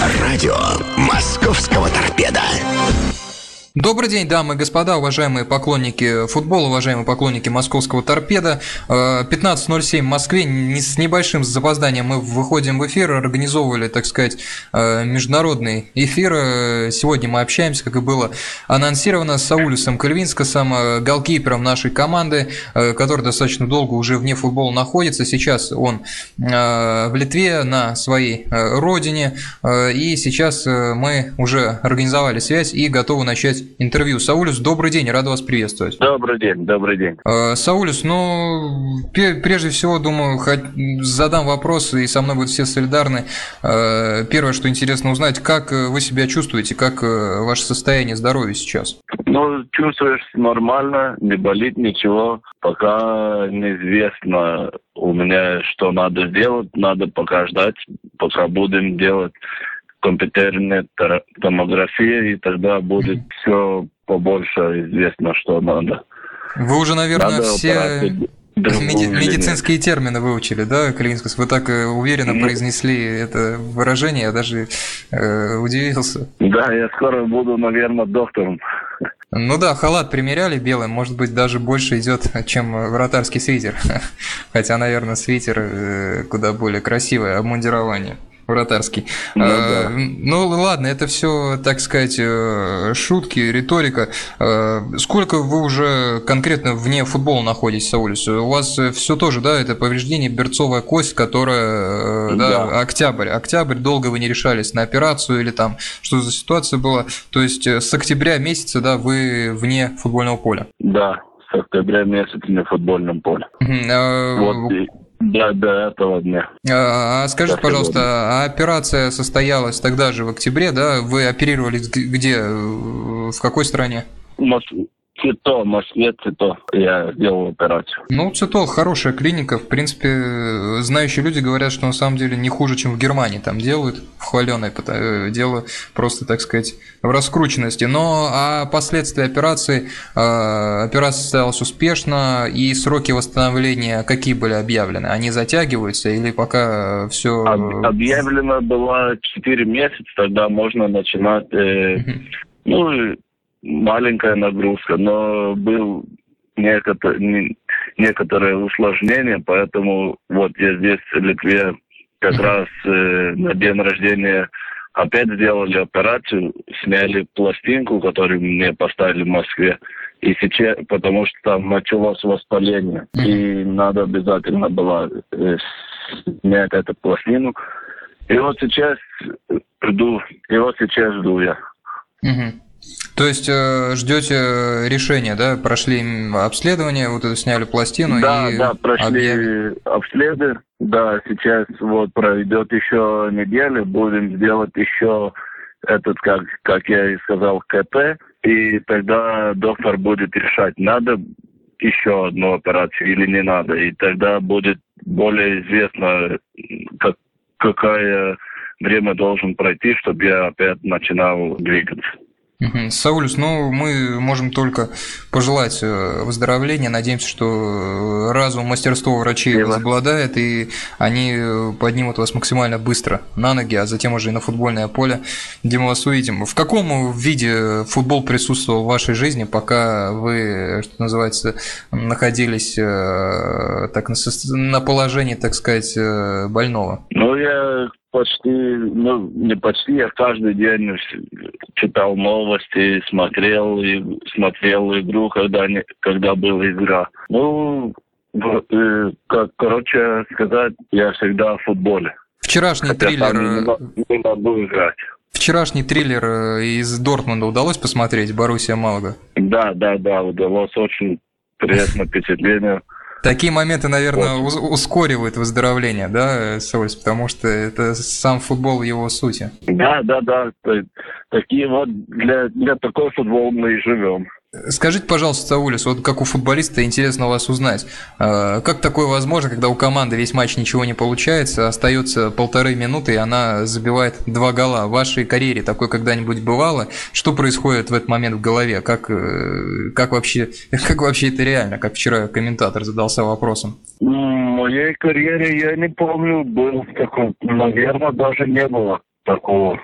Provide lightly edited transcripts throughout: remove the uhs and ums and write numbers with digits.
Радио Московского торпеда. Добрый день, дамы и господа, уважаемые поклонники футбола, уважаемые поклонники московского торпеда. 15:07 в Москве, с небольшим запозданием мы выходим в эфир, организовывали, так сказать, международный эфир. Сегодня мы общаемся, как и было анонсировано, с Саулюсом Кальвинскасом, голкипером нашей команды, который достаточно долго уже вне футбола находится. Сейчас он в Литве, на своей родине, и сейчас мы уже организовали связь и готовы начать интервью. Саулюс, добрый день, рад вас приветствовать. Добрый день. Саулюс, прежде всего, думаю, задам вопрос, и со мной будут все солидарны. Первое, что интересно узнать, как вы себя чувствуете, как ваше состояние здоровья сейчас? Чувствуешь нормально, не болит ничего. Пока неизвестно у меня, что надо сделать, надо пока ждать, пока будем делать компьютерная томография, и тогда будет все побольше известно, что надо. Вы уже, наверное, все медицинские термины выучили, да, Кальвинскас? Вы так уверенно произнесли это выражение, я даже удивился. Да, я скоро буду, наверное, доктором. Халат примеряли белый, может быть, даже больше идет, чем вратарский свитер. Хотя, наверное, свитер куда более красивое обмундирование. Вратарский. Ладно, это все, так сказать, шутки, риторика. Сколько вы уже конкретно вне футбола находитесь, Саулюс? У вас все тоже, да, это повреждение берцовая кость, которая, октябрь, долго вы не решались на операцию или там, что за ситуация была? То есть с октября месяца, да, вы вне футбольного поля? Да, с октября месяца вне футбольном поле. Да, до этого дня. Скажите, пожалуйста, операция состоялась тогда же в октябре, да? Вы оперировались где? В какой стране? В Москве ЦИТО. Я делал операцию. ЦИТО хорошая клиника. В принципе, знающие люди говорят, что на самом деле не хуже, чем в Германии там делают, в хваленой. Дело просто, так сказать, в раскрученности. А последствия операции, операция состоялась успешно, и сроки восстановления какие были объявлены? Они затягиваются или пока все... Объявлено было 4 месяца, тогда можно начинать... маленькая нагрузка, но был некоторые усложнения, поэтому вот я здесь в Литве как раз на день рождения опять сделали операцию, сняли пластинку, которую мне поставили в Москве, и сейчас, потому что там началось воспаление, и надо обязательно было снять эту пластину. И вот сейчас жду я. То есть ждете решения, да? Прошли обследование, вот это сняли пластину. Да, прошли обследование. Да, сейчас вот пройдет еще неделя, будем делать еще этот, как я и сказал, КТ, и тогда доктор будет решать, надо еще одну операцию или не надо, и тогда будет более известно, какое время должен пройти, чтобы я опять начинал двигаться. Саулюс, мы можем только пожелать выздоровления. Надеемся, что разум, мастерство врачей возобладает, и они поднимут вас максимально быстро на ноги, а затем уже и на футбольное поле, где мы вас увидим. В каком виде футбол присутствовал в вашей жизни, пока вы, что называется, находились на положении, так сказать, больного? Я я каждый день читал новости, смотрел игру, когда была игра. Короче сказать, я всегда в футболе. Вчерашний триллер... Не могу играть. Вчерашний триллер из Дортмунда удалось посмотреть, Боруссия Малага? Да, удалось, очень приятное впечатление. Такие моменты, наверное, ускоривают выздоровление, да, Саулюс, потому что это сам футбол в его сути. Да. Такие для такого футбола мы и живем. Скажите, пожалуйста, Саулюс, вот как у футболиста интересно у вас узнать, как такое возможно, когда у команды весь матч ничего не получается, остается 1,5 минуты, и она забивает 2 гола. В вашей карьере такое когда-нибудь бывало? Что происходит в этот момент в голове? Как вообще это реально? Как вчера комментатор задался вопросом. В моей карьере я не помню, был такой, наверное, даже не было такого.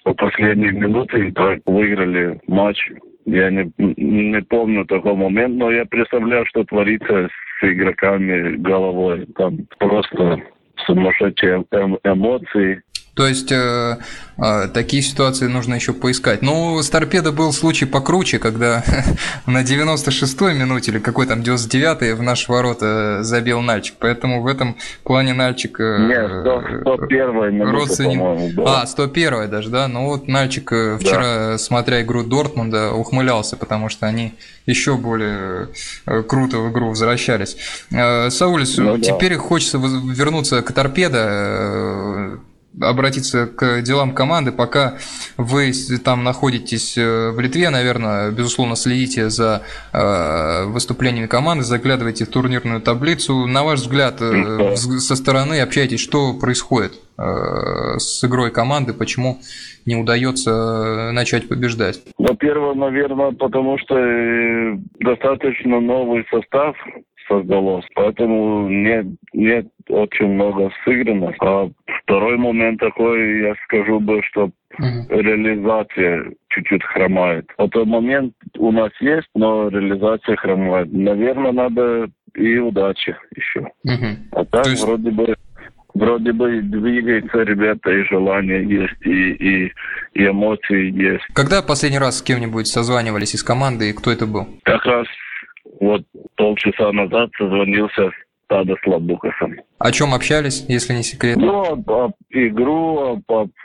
по последней минуте и так выиграли матч. Я не помню такой момент, но я представляю, что творится с игроками головой. Там просто сумасшедшие эмоции. То есть такие ситуации нужно еще поискать. Ну, с «Торпедо» был случай покруче, когда на 96-й минуте или какой там 99-й в наши ворота забил Нальчик. Поэтому в этом плане Нальчик... Нет, 101-й минуте, по-моему, была. 101-й даже, да? Ну вот Нальчик вчера, смотря игру Дортмунда, ухмылялся, потому что они еще более круто в игру возвращались. Саулис, теперь хочется вернуться к «Торпедо», обратиться к делам команды. Пока вы там находитесь в Литве, наверное, безусловно, следите за выступлениями команды, заглядывайте в турнирную таблицу. На ваш взгляд, со стороны общаетесь, что происходит с игрой команды, почему не удается начать побеждать? Во-первых, наверное, потому что достаточно новый состав создалось, поэтому нет очень много сыграно. А второй момент такой, я скажу бы, что реализация чуть-чуть хромает. Вот момент у нас есть, но реализация хромает. Наверное, надо и удачи еще. А так есть... вроде бы двигается ребята, и желание есть, и эмоции есть. Когда последний раз с кем-нибудь созванивались из команды, и кто это был? Как раз вот полчаса назад созвонился с Тадас Лабукасом. О чем общались, если не секрет? Ну, об игру,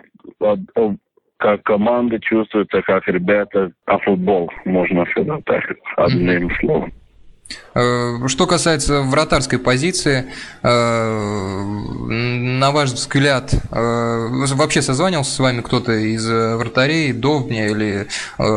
как команда чувствуется, как ребята, футбол, можно сказать так, одним словом. Что касается вратарской позиции, на ваш взгляд, вообще созванивался с вами кто-то из вратарей, Довбня или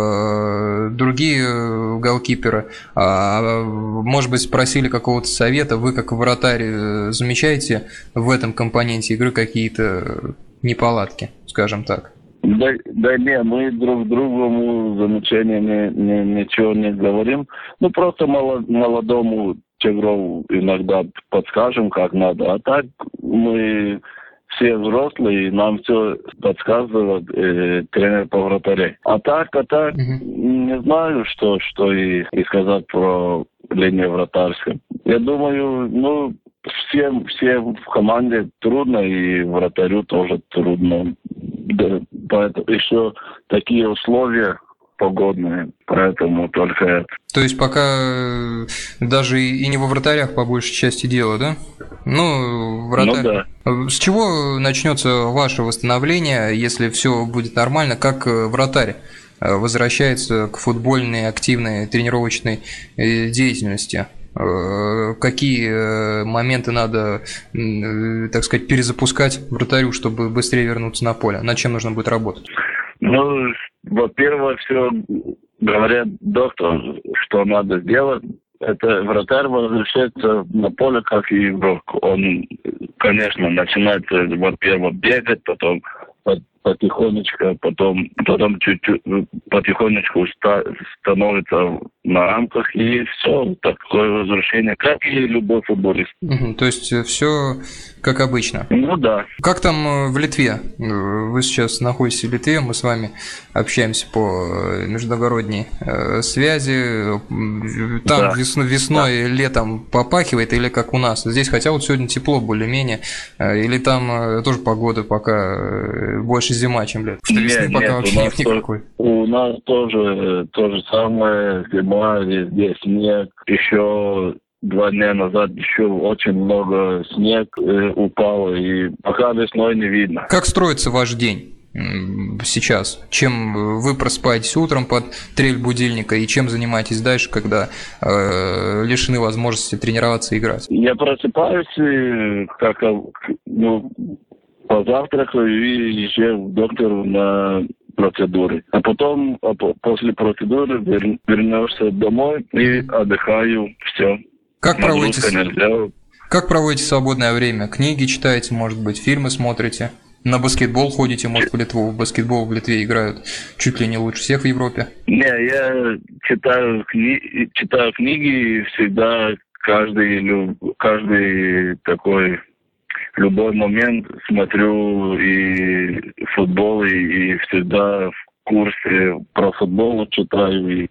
другие голкиперы? Может быть, спросили какого-то совета? Вы, как вратарь, замечаете в этом компоненте игры какие-то неполадки, скажем так? Да не, мы друг другу замечания ничего не говорим. Ну, просто молодому Чегрову иногда подскажем, как надо. А так мы все взрослые, и нам все подсказывает тренер по вратарей. А так, не знаю, что и сказать про линию вратарскую. Я думаю, всем в команде трудно, и вратарю тоже трудно. Да, поэтому еще такие условия погодные, поэтому только это. То есть пока даже и не во вратарях по большей части дело, да? Вратарь. Да. С чего начнется ваше восстановление, если все будет нормально, как вратарь возвращается к футбольной активной тренировочной деятельности? Какие моменты надо, так сказать, перезапускать вратарю, чтобы быстрее вернуться на поле? Над чем нужно будет работать? Во-первых, все говорят доктор, что надо сделать. Это вратарь возвращается на поле, как и игрок. Он, конечно, начинает, во-первых, бегать, потом потихонечку, потом чуть-чуть потихонечку становится на рамках, и все, такое возвращение, как и любой футболист. То есть все как обычно. Ну да. Как там в Литве? Вы сейчас находитесь в Литве, мы с вами общаемся по междугородней связи. Там весной, летом попахивает, или как у нас? Здесь, хотя вот сегодня тепло более-менее, или там тоже погода пока больше зима, чем лето? Что весны пока вообще нет никакой. У нас тоже то же самое, зима, везде снег. Еще 2 дня назад еще очень много снег упало, и пока весной не видно. Как строится ваш день сейчас? Чем вы просыпаетесь утром под трель будильника, и чем занимаетесь дальше, когда лишены возможности тренироваться и играть? Я просыпаюсь, позавтракаю и езжаю к доктору на процедуры. А потом, после процедуры, вернешься домой и отдыхаю, все. Как проводите свободное время? Книги читаете, может быть, фильмы смотрите? На баскетбол ходите, может, в Литву? В баскетбол в Литве играют чуть ли не лучше всех в Европе. Не, я читаю книги, и всегда каждый такой любой момент смотрю и футбол, и всегда в курсе про футбол читаю.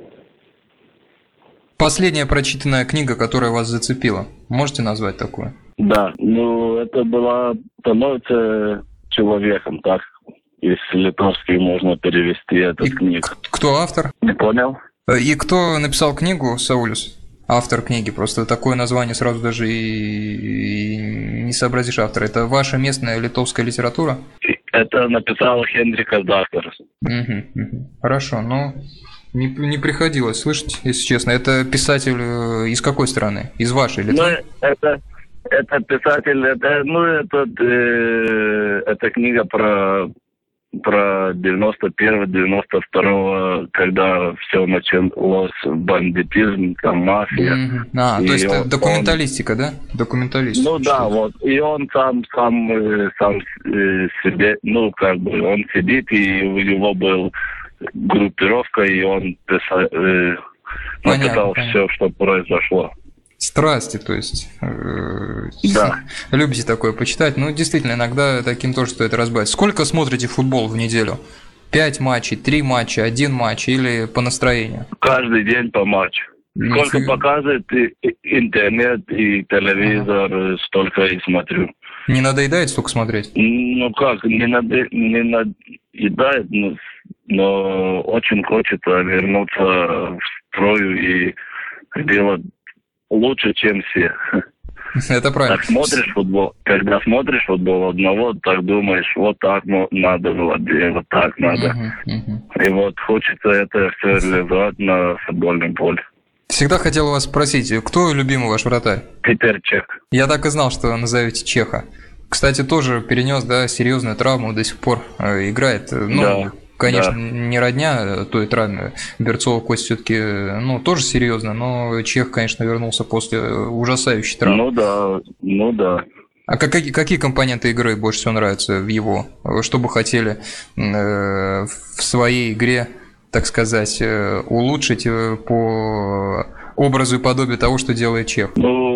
Последняя прочитанная книга, которая вас зацепила, можете назвать такую? Да, это была «Становится человеком», так, если литовский можно перевести эту книгу. Кто автор? Не понял? И кто написал книгу, Саулюс? Автор книги, просто такое название сразу даже и не сообразишь автора. Это ваша местная литовская литература? Это написал Хенриkas Daktaras. Хорошо, но не приходилось слышать, если честно. Это писатель из какой страны? Из вашей Литвы? Это писатель, это книга про 91-92, когда все началось, бандитизм, там мафия. То есть это документалистика, да? Документалистика. Ну да, вот. И он сам себе, он сидит, и у него был группировка, и он написал все, что произошло. Страсти, то есть. Да. Любите такое почитать. Ну, действительно, иногда таким тоже стоит разбавить. Сколько смотрите футбол в неделю? 5 матчей, 3 матча, 1 матч или по настроению? Каждый день по матчу. Сколько показывает интернет и телевизор, столько и смотрю. Не надоедает столько смотреть? Ну как, не надоедает, но очень хочется вернуться в строю и делать лучше, чем все. Это правильно. Так смотришь футбол, когда смотришь футбол одного, так думаешь, вот так надо было делать, вот так надо. И вот хочется это все реализовать на футбольном поле. Всегда хотел вас спросить, кто любимый ваш вратарь? Питер Чех. Я так и знал, что назовете Чеха. Кстати, тоже перенес, серьезную травму, до сих пор играет. Да. Конечно, не родня той травме. Берцова кость все-таки, тоже серьезно, но Чех, конечно, вернулся после ужасающей травмы. Ну да. А какие компоненты игры больше всего нравятся в его? Что бы хотели в своей игре, так сказать, улучшить по образу и подобию того, что делает Чех?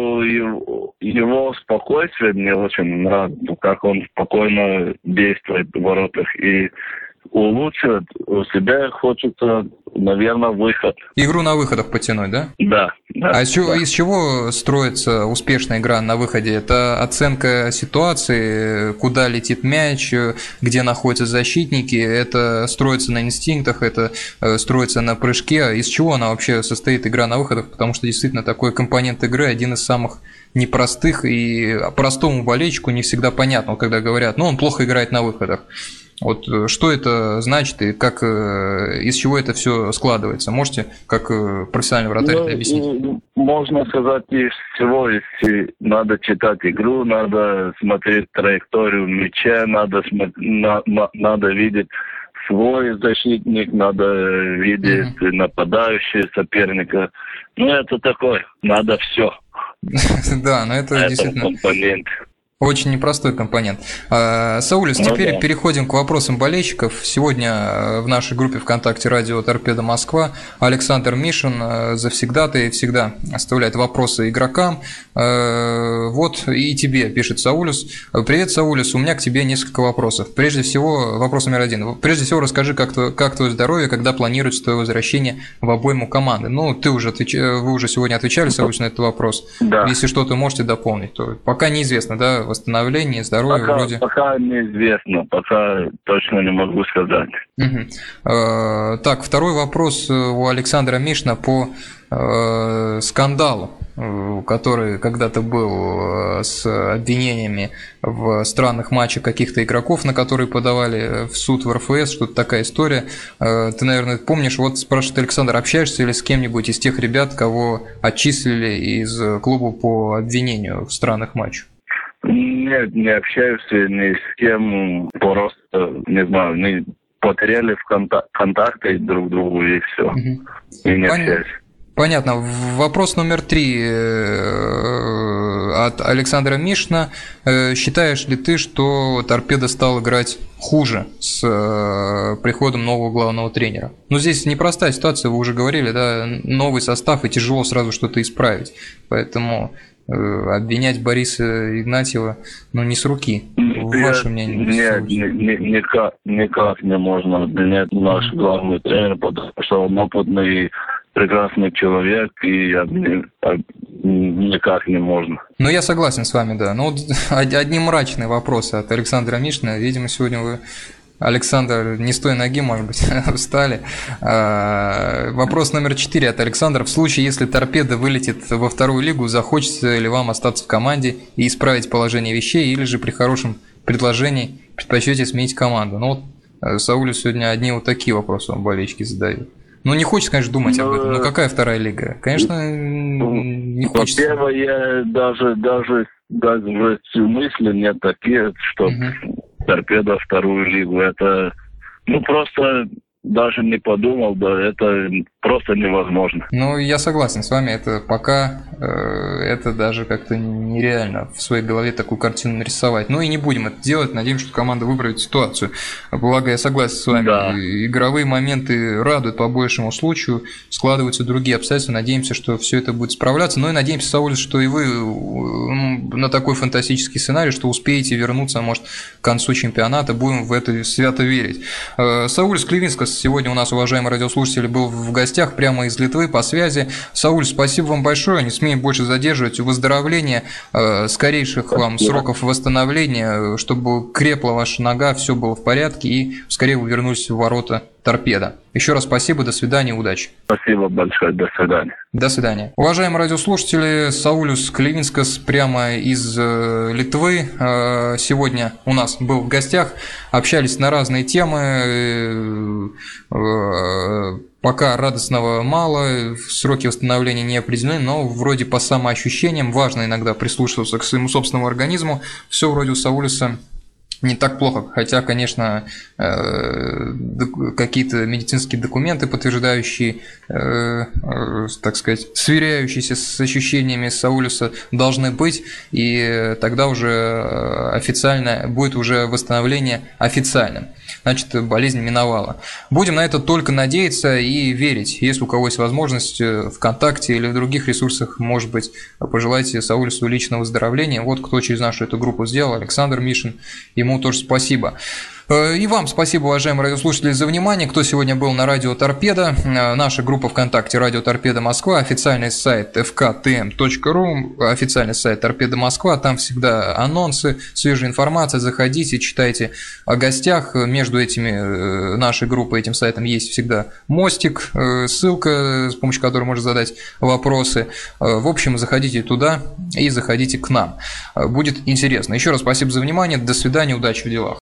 Его спокойствие мне очень нравится, как он спокойно действует в воротах, и улучшить у себя хочется, наверное, выход. Игру на выходах потянуть, да? Да. А из чего строится успешная игра на выходе? Это оценка ситуации, куда летит мяч, где находятся защитники, это строится на инстинктах, это строится на прыжке. Из чего она вообще состоит, игра на выходах? Потому что действительно такой компонент игры один из самых непростых, и простому болельщику не всегда понятно, когда говорят, он плохо играет на выходах. Вот что это значит и из чего это все складывается? Можете, как профессиональный вратарь, объяснить? Можно сказать, из всего. Если надо читать игру, надо смотреть траекторию мяча, надо видеть свой защитник, надо видеть нападающего соперника. Это такое, надо все. Да, но это действительно компонент. Очень непростой компонент. Саулюс, теперь переходим к вопросам болельщиков. Сегодня в нашей группе ВКонтакте «Радио Торпедо Москва» Александр Мишин завсегдатый всегда оставляет вопросы игрокам. Вот и тебе пишет Саулюс. Привет, Саулюс, у меня к тебе несколько вопросов. Прежде всего, вопрос номер 1. Прежде всего, расскажи, как твое здоровье, когда планируется твое возвращение в обойму команды. Вы уже сегодня отвечали, Саулюс, на этот вопрос. Да. Если что-то можете дополнить, то пока неизвестно, да, восстановление, здоровье вроде. Пока неизвестно, пока точно не могу сказать. Так, второй вопрос у Александра Мишина по скандалу, который когда-то был с обвинениями в странных матчах каких-то игроков, на которые подавали в суд в РФС, что-то такая история. Ты, наверное, помнишь, вот спрашивает Александр, общаешься ли с кем-нибудь из тех ребят, кого отчислили из клуба по обвинению в странных матчах? Нет, не общаюсь ни с кем, просто, не знаю, мы потеряли контакты друг к другу и все. И не общаюсь. Понятно. Вопрос номер 3 от Александра Мишина. Считаешь ли ты, что Торпедо стал играть хуже с приходом нового главного тренера? Здесь непростая ситуация, вы уже говорили, да, новый состав, и тяжело сразу что-то исправить. Поэтому обвинять Бориса Игнатьева, не с руки. Ваше мнение? Нет, никак не можно обвинять наш главный тренер, потому что он опытный, прекрасный человек, и никак не можно. Я согласен с вами, да. Одни мрачные вопросы от Александра Мишина. Видимо, сегодня вы, Александр, не с той ноги, может быть, встали. Вопрос номер 4 от Александра. В случае, если «Торпедо» вылетит во вторую лигу, захочется ли вам остаться в команде и исправить положение вещей, или же при хорошем предложении предпочтете сменить команду? Саулю сегодня одни вот такие вопросы вам болельщики задают. Не хочется, конечно, думать об этом. Какая вторая лига? Конечно, не хочется. Во-первых, я даже мысли нет такие, что «Торпедо» вторую лигу. Это, просто даже не подумал, это просто невозможно. Я согласен с вами, это пока это даже как-то нереально в своей голове такую картину нарисовать. И не будем это делать, надеемся, что команда выправит ситуацию. Благо, я согласен с вами, да. Игровые моменты радуют по большему случаю, складываются другие обстоятельства, надеемся, что все это будет справляться. И надеемся, Сауль, что и вы на такой фантастический сценарий, что успеете вернуться, может, к концу чемпионата, будем в это свято верить. Сауль Клевинска сегодня у нас, уважаемые радиослушатели, был в гостях прямо из Литвы по связи. Сауль, спасибо вам большое, не смеем больше задерживать. Выздоровления, скорейших вам сроков восстановления, чтобы крепла ваша нога, все было в порядке и скорее вы вернулись в ворота «Торпедо». Еще раз спасибо, до свидания, удачи. Спасибо большое, до свидания. До свидания. Уважаемые радиослушатели, Саулюс Клевинскас прямо из Литвы сегодня у нас был в гостях. Общались на разные темы. Пока радостного мало, сроки восстановления не определены, но вроде по самоощущениям важно иногда прислушиваться к своему собственному организму. Все вроде у Саулюса не так плохо, хотя, конечно, какие-то медицинские документы, подтверждающие, так сказать, сверяющиеся с ощущениями Саулюса, должны быть, и тогда уже официально будет уже восстановление официальным. Значит, болезнь миновала. Будем на это только надеяться и верить. Если у кого есть возможность ВКонтакте или в других ресурсах, может быть, пожелайте Саулюсу личного выздоровления. Вот кто через нашу эту группу сделал, Александр Мишин, ему тоже спасибо. И вам спасибо, уважаемые радиослушатели, за внимание. Кто сегодня был на радио «Торпедо», наша группа ВКонтакте «Радио Торпедо Москва», официальный сайт fktm.ru, официальный сайт «Торпедо Москва», там всегда анонсы, свежая информация, заходите, читайте о гостях. Между этими нашей группой, этим сайтом есть всегда мостик, ссылка, с помощью которой можно задать вопросы. В общем, заходите туда и заходите к нам. Будет интересно. Еще раз спасибо за внимание, до свидания, удачи в делах.